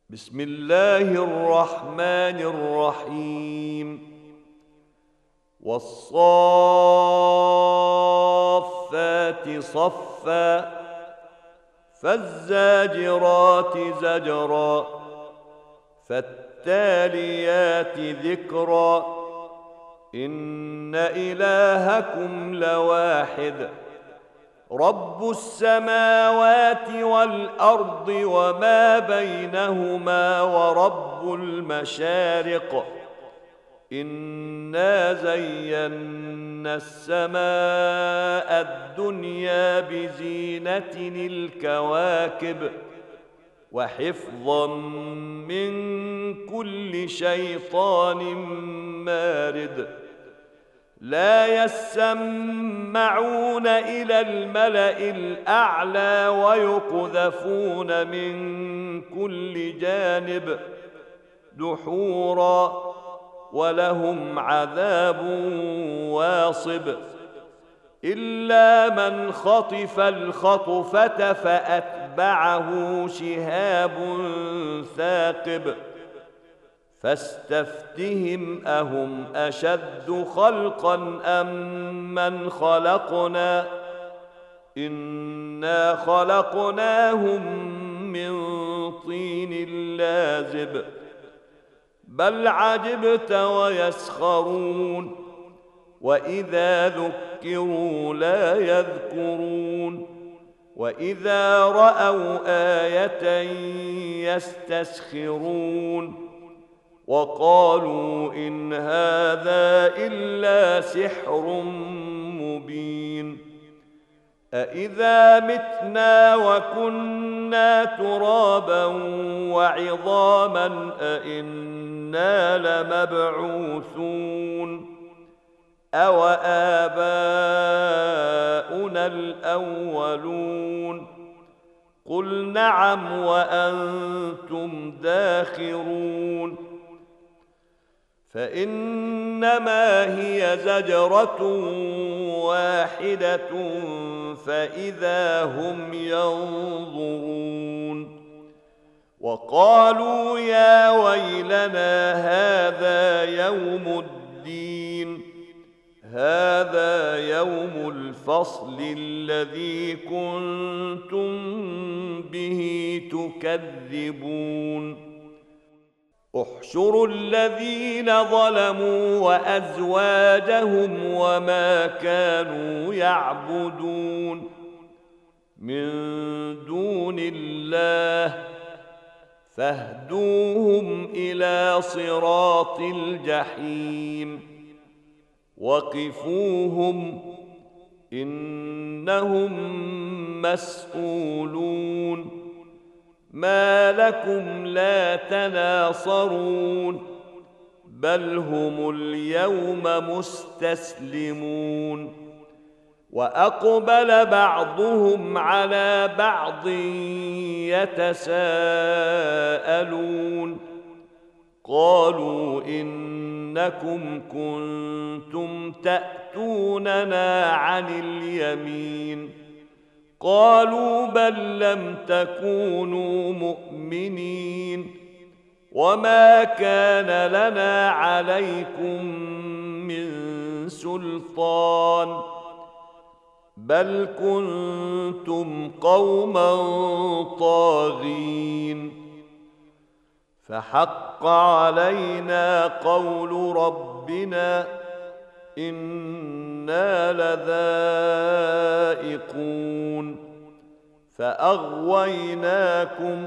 بسم الله الرحمن الرحيم والصافات صفا فالزاجرات زجرا فالتاليات ذكرا إن إلهكم لواحد رب السماوات والأرض وما بينهما ورب المشارق إنا زينا السماء الدنيا بزينة الكواكب وحفظا من كل شيطان مارد لا يسمعون إلى الملأ الأعلى ويقذفون من كل جانب دحورا ولهم عذاب واصب إلا من خطف الخطفة فأتبعه شهاب ثاقب فاستفتهم أهم أشد خلقا أم من خلقنا إنا خلقناهم من طين لازب بل عجبت ويسخرون وإذا ذكروا لا يذكرون وإذا رأوا آية يستسخرون وقالوا إن هذا إلا سحر مبين أإذا متنا وكنا ترابا وعظاما أإنا لمبعوثون أوآباؤنا الأولون قل نعم وأنتم داخرون فإنما هي زجرة واحدة فإذا هم ينظرون وقالوا يا ويلنا هذا يوم الدين هذا يوم الفصل الذي كنتم به تكذبون احشروا الذين ظلموا وأزواجهم وما كانوا يعبدون من دون الله فاهدوهم إلى صراط الجحيم وقفوهم إنهم مسؤولون ما لكم لا تناصرون بل هم اليوم مستسلمون وأقبل بعضهم على بعض يتساءلون قالوا إنكم كنتم تأتوننا عن اليمين قالوا بل لم تكونوا مؤمنين وما كان لنا عليكم من سلطان بل كنتم قوما طاغين فحق علينا قول ربنا إنا لذائقون فأغويناكم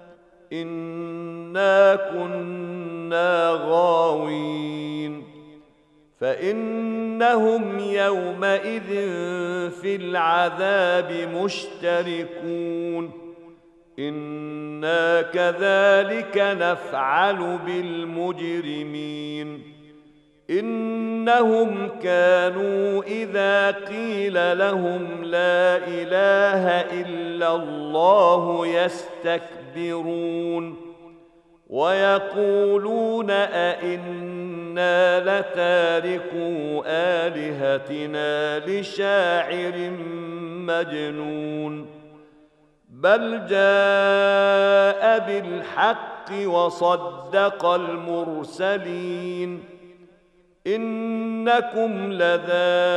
إنا كنا غاوين فإنهم يومئذ في العذاب مشتركون إنا كذلك نفعل بالمجرمين إنهم كانوا إذا قيل لهم لا إله إلا الله يستكبرون ويقولون أئنا لتاركو آلهتنا لشاعر مجنون بل جاء بالحق وصدق المرسلين إنكم لذائق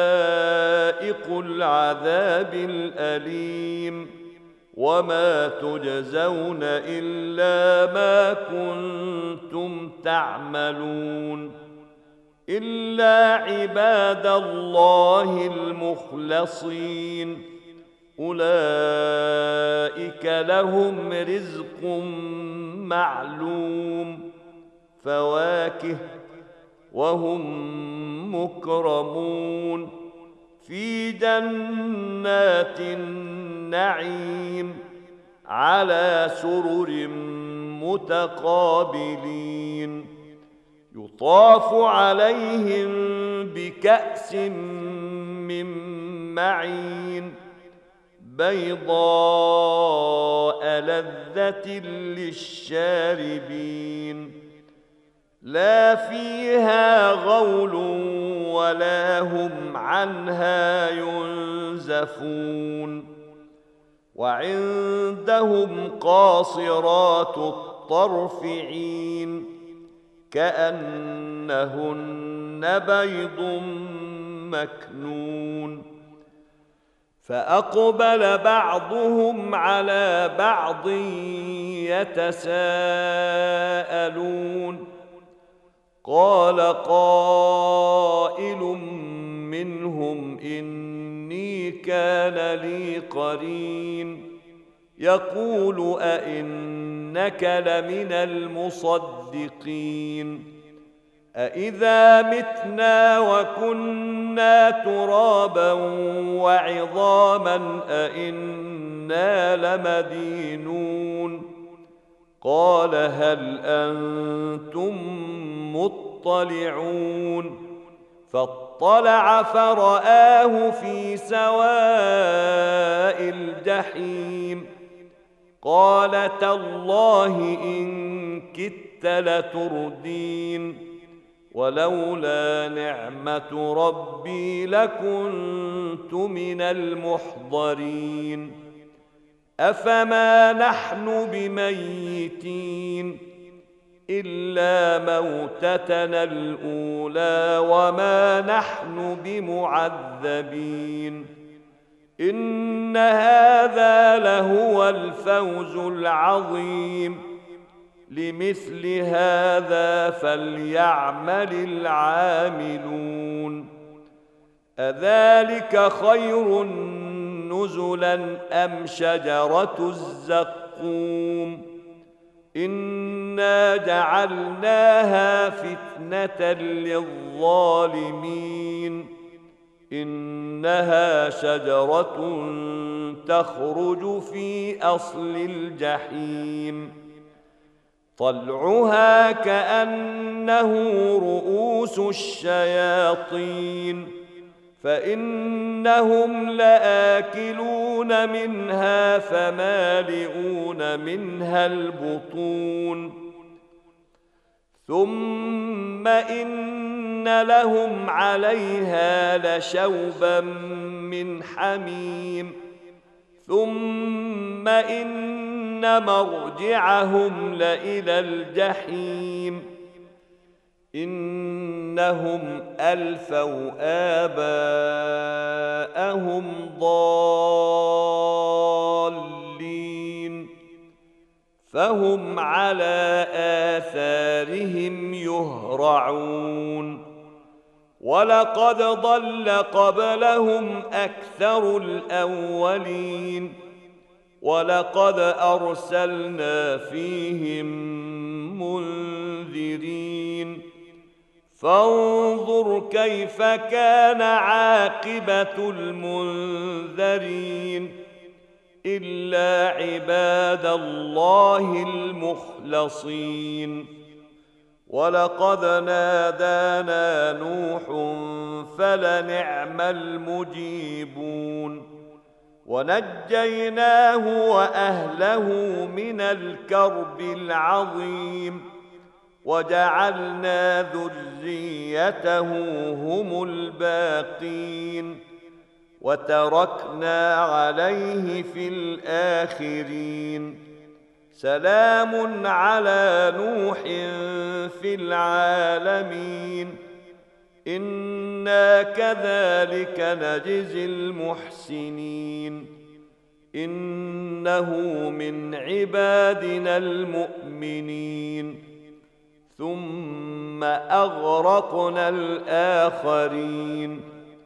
العذاب الأليم وما تجزون إلا ما كنتم تعملون إلا عباد الله المخلصين أولئك لهم رزق معلوم فواكه وهم مكرمون في جنات النعيم على سرر متقابلين يطاف عليهم بكأس من معين بيضاء لذة للشاربين لا فيها غول ولا هم عنها ينزفون وعندهم قاصرات الطرف عين كأنهن بيض مكنون فأقبل بعضهم على بعض يتساءلون قال قائل منهم إني كان لي قرين يقول أئنك لمن المصدقين أإذا متنا وكنا ترابا وعظاما أإنا لمدينون قال هل أنتم مطلعون فاطلع فرآه في سواء الجحيم قال تالله إن كدت لتردين ولولا نعمة ربي لكنت من المحضرين أفما نحن بميتين إلا موتتنا الأولى وما نحن بمعذبين إن هذا لهو الفوز العظيم لمثل هذا فليعمل العاملون أذلك خير نزلا أم شجرة الزقوم إنا جعلناها فتنة للظالمين إنها شجرة تخرج في أصل الجحيم طلعها كأنه رؤوس الشياطين فإنهم لآكلون منها فمالئون منها البطون ثم إن لهم عليها لشوبا من حميم ثم إن مرجعهم لإلى الجحيم إنهم ألفوا آباءهم ضالين فهم على آثارهم يهرعون ولقد ضل قبلهم أكثر الأولين ولقد أرسلنا فيهم منذرين فانظر كيف كان عاقبة المنذرين إلا عباد الله المخلصين ولقد نادانا نوح فلنعم المجيبون ونجيناه وأهله من الكرب العظيم وجعلنا ذريته هم الباقين وتركنا عليه في الآخرين سلام على نوح في العالمين إنا كذلك نجزي المحسنين إنه من عبادنا المؤمنين ثم أغرقنا الآخرين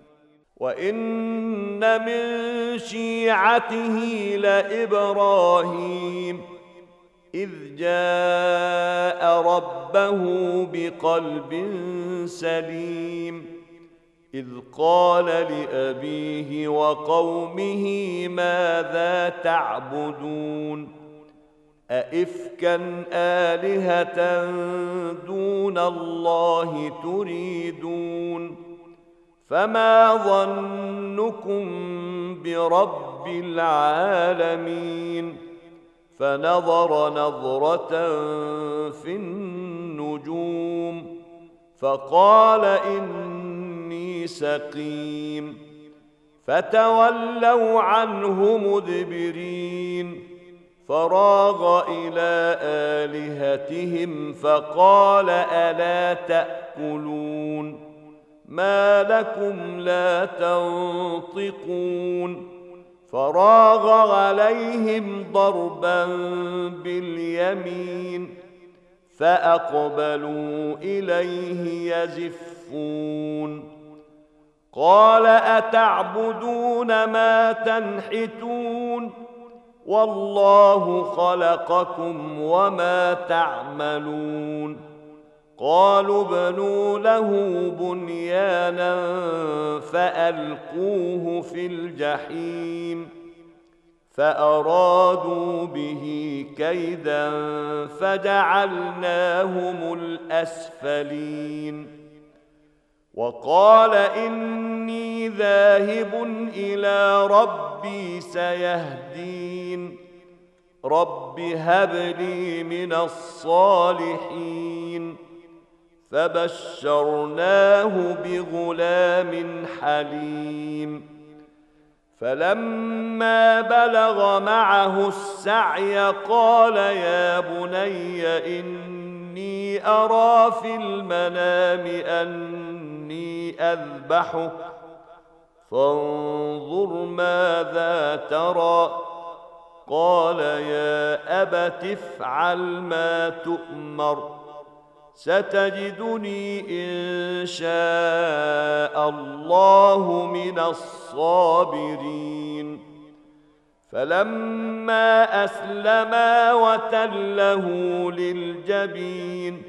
وإن من شيعته لإبراهيم إذ جاء ربه بقلب سليم إذ قال لأبيه وقومه ماذا تعبدون أئفكا آلهة دون الله تريدون فما ظنكم برب العالمين فنظر نظرة في النجوم فقال إني سقيم فتولوا عنه مدبرين فراغ إلى آلهتهم فقال ألا تأكلون ما لكم لا تنطقون فراغ عليهم ضربا باليمين فأقبلوا إليه يزفون قال أتعبدون ما تنحتون والله خلقكم وما تعملون قالوا ابنوا له بنيانا فألقوه في الجحيم فأرادوا به كيدا فجعلناهم الأسفلين وقال إني ذاهب إلى ربي سيهدين رب هب لي من الصالحين فبشرناه بغلام حليم فلما بلغ معه السعي قال يا بني إني أرى في المنام أني أذبحك فانظر ماذا ترى قال يا أبت افعل ما تؤمر ستجدني إن شاء الله من الصابرين فلما أسلما وتله للجبين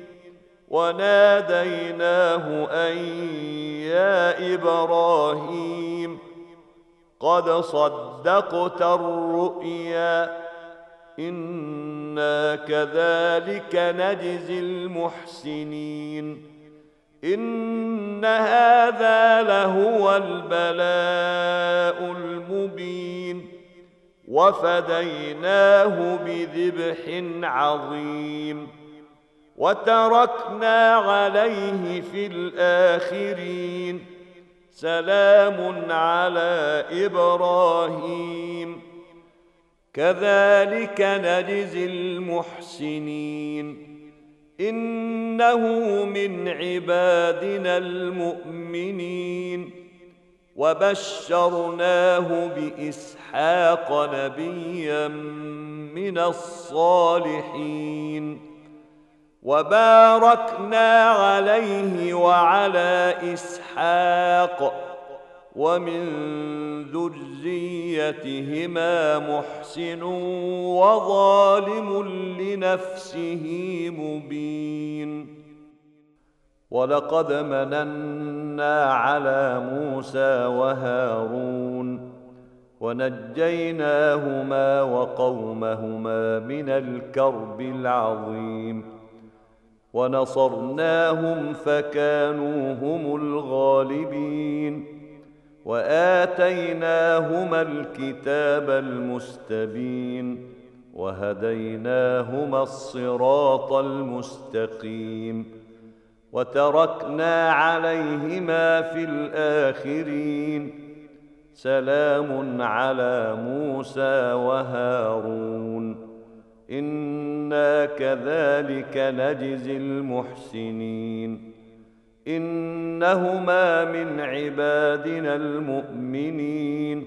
وناديناه أن يا إبراهيم قد صدقت الرؤيا إنا كذلك نجزي المحسنين إن هذا لهو البلاء المبين وفديناه بذبح عظيم وتركنا عليه في الآخرين سلام على إبراهيم كذلك نجزي المحسنين إنه من عبادنا المؤمنين وبشرناه بإسحاق نبيا من الصالحين وباركنا عليه وعلى إسحاق ومن ذريتهما محسن وظالم لنفسه مبين ولقد مننا على موسى وهارون ونجيناهما وقومهما من الكرب العظيم ونصرناهم فكانوا هم الغالبين وآتيناهما الكتاب المستبين وهديناهما الصراط المستقيم وتركنا عليهما في الآخرين سلام على موسى وهارون إنا كذلك نجزي المحسنين إنهما من عبادنا المؤمنين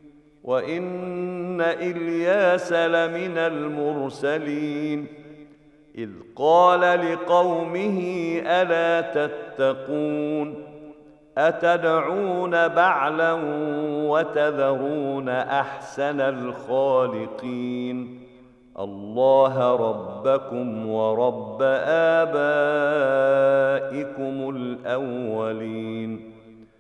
وإن إلياس لمن المرسلين إذ قال لقومه ألا تتقون أتدعون بعلا وتذرون أحسن الخالقين الله ربكم ورب آبائكم الأولين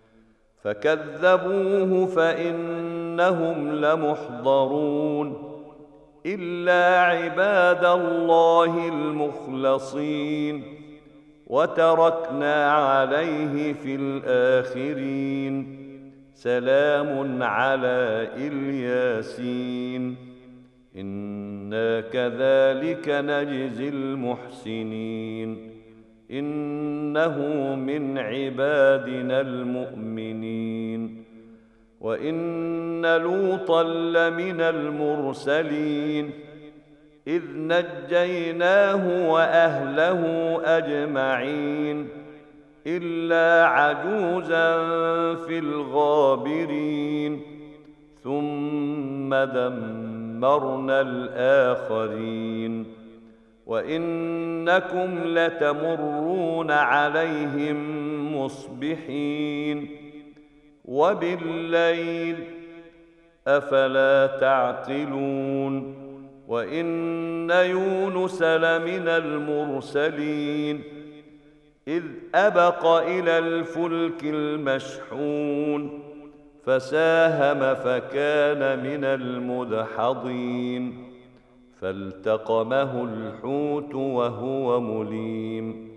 فكذبوه فإنهم لمحضرون إلا عباد الله المخلصين وتركنا عليه في الآخرين سلام على الياسين إنا كذلك نجزي المحسنين إنه من عبادنا المؤمنين وإن لوطا لمن المرسلين إذ نجيناه وأهله أجمعين إلا عجوزا في الغابرين ثم دمرنا الآخرين وإنكم لتمرون عليهم مصبحين وبالليل أفلا تعقلون وإن يونس لمن المرسلين إذ أبق إلى الفلك المشحون فساهم فكان من المدحضين فالتقمه الحوت وهو مليم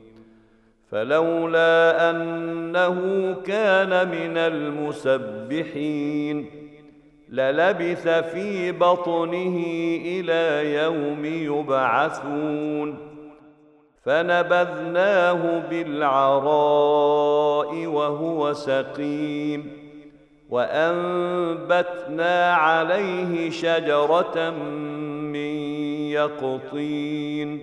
فلولا أنه كان من المسبحين للبث في بطنه إلى يوم يبعثون فنبذناه بالعراء وهو سقيم وأنبتنا عليه شجرة من يقطين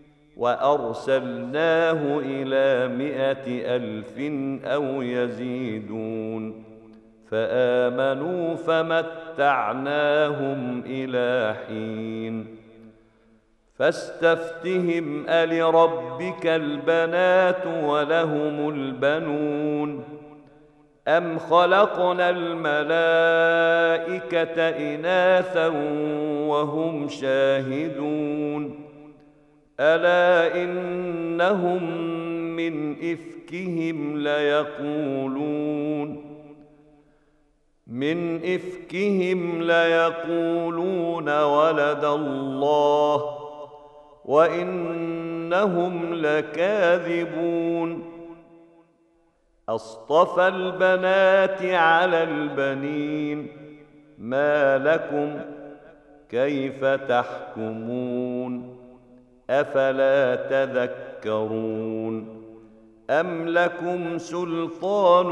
وأرسلناه إلى 100,000 أو يزيدون فآمنوا فمتعناهم إلى حين فاستفتهم ألربك البنات ولهم البنون أم خلقنا الملائكة إناثا وهم شاهدون ألا إنهم من إفكهم ليقولون ولد الله وإنهم لكاذبون أصطفى البنات على البنين ما لكم كيف تحكمون أفلا تذكرون أم لكم سلطان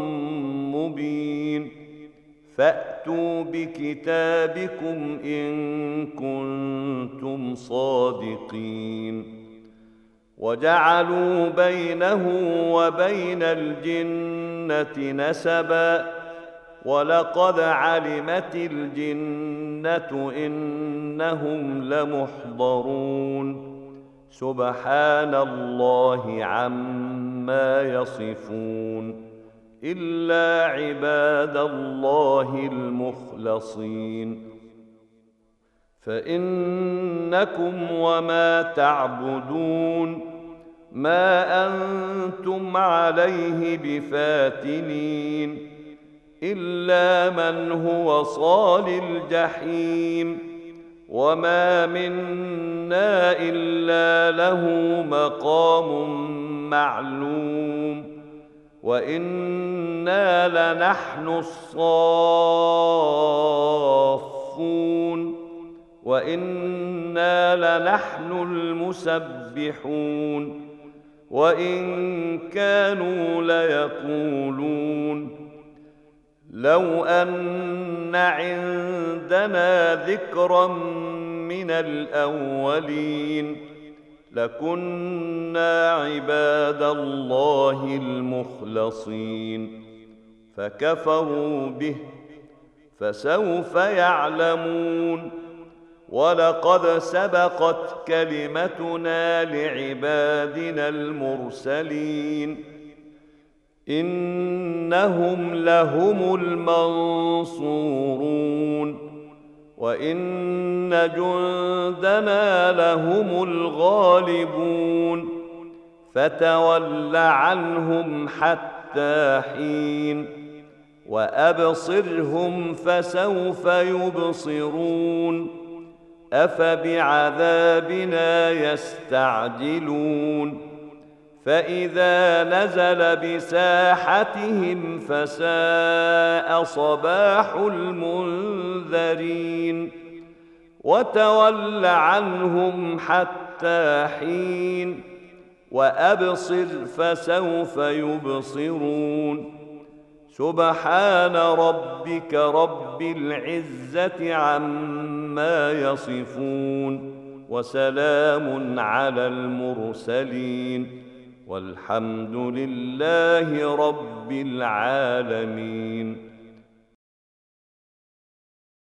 مبين فأتوا بكتابكم إن كنتم صادقين وجعلوا بينه وبين الجنة نسبا ولقد علمت الجنة إنهم لمحضرون سبحان الله عما يصفون إلا عباد الله المخلصين فإنكم وما تعبدون ما أنتم عليه بفاتنين إلا من هو صال الجحيم وما منا إلا له مقام معلوم وإنا لنحن الصافون وإنا لنحن المسبحون وإن كانوا ليقولون لو أن عندنا ذكرا من الأولين لكنا عباد الله المخلصين فكفروا به فسوف يعلمون. ولقد سبقت كلمتنا لعبادنا المرسلين إنهم لهم المنصورون وإن جندنا لهم الغالبون فتول عنهم حتى حين وأبصرهم فسوف يبصرون أفبعذابنا يستعجلون فإذا نزل بساحتهم فساء صباح المنذرين وتول عنهم حتى حين وأبصر فسوف يبصرون سبحان ربك رب العزة عما يصفون وسلام على المرسلين والحمد لله رب العالمين.